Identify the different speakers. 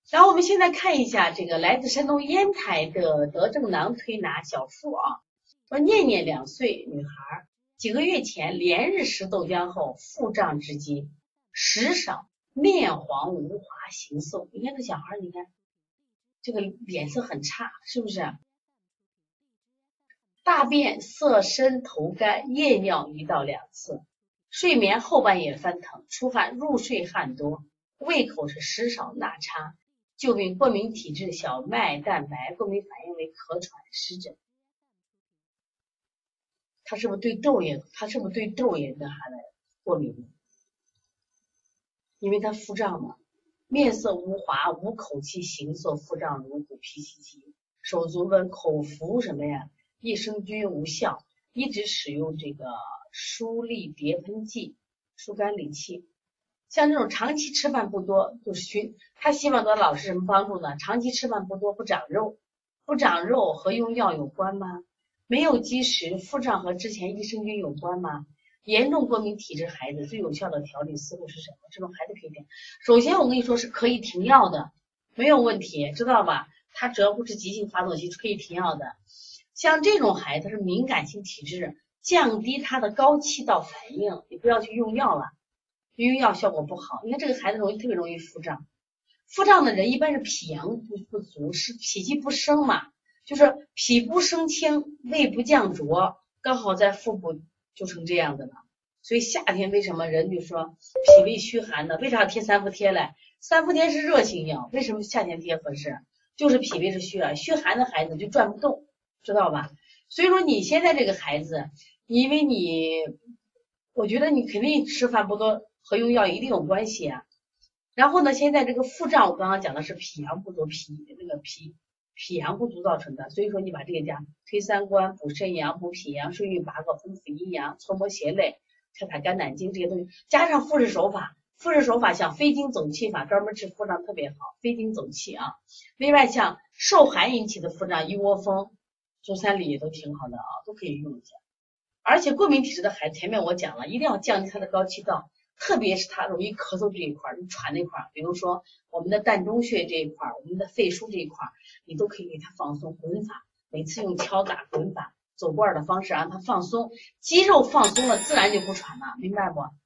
Speaker 1: 然后我们现在看一下这个来自山东烟台的德正囊推拿小傅啊，说念念2岁女孩，几个月前连日食豆浆后腹胀至今，食少面黄无华形瘦。你看这小孩，你看这个脸色很差，是不是？大便色深头干，夜尿1到2次，睡眠后半夜翻腾，出汗入睡汗多，胃口是食少纳差，旧病过敏体质，小麦蛋白过敏反应为咳喘湿疹。他是不是对豆也那啥的过敏？因为他腹胀嘛，面色无华，无口气，形色腹胀如鼓，脾气急，手足温，口服什么呀？益生菌无效，一直使用这个舒利蝶喷剂、疏肝理气。像这种长期吃饭不多，就是他希望得到是什么帮助呢？长期吃饭不多，不长肉，不长肉和用药有关吗？没有积食，腹胀和之前益生菌有关吗？严重过敏体质孩子最有效的调理思路是什么？这种孩子可以停。首先我跟你说是可以停药的，没有问题，知道吧？他只要不是急性发作期是可以停药的。像这种孩子是敏感性体质，降低他的高气道反应，你不要去用药了，用药效果不好。你看这个孩子特别容易腹胀，腹胀的人一般是脾阳不足，是脾气不升嘛，就是脾不升清，胃不降浊，刚好在腹部就成这样的了。所以夏天为什么人就说脾胃虚寒呢？为啥要贴3伏贴嘞？3伏贴是热性药，为什么夏天贴合适？就是脾胃是虚寒，虚寒的孩子就转不动，知道吧？所以说你现在这个孩子，因为我觉得你肯定吃饭不多和用药一定有关系啊。然后呢，现在这个腹胀，我刚刚讲的是脾阳不足，脾阳不足造成的，所以说你把这个加推三关、补肾阳、补脾阳、顺运八卦、丰富阴阳、搓摩胁肋、开打肝胆经这些东西，加上复式手法，像飞经走气法，专门治腹胀特别好，飞经走气啊。另外像受寒引起的腹胀，一窝蜂、足三里也都挺好的啊，都可以用一下。而且过敏体质的孩子，前面我讲了，一定要降低他的高气道。特别是他容易咳嗽这一块，喘那块，比如说我们的膻中穴这一块，我们的肺腧这一块，你都可以给他放松滚法，每次用敲打滚法走罐的方式让他放松，肌肉放松了，自然就不喘了，明白不？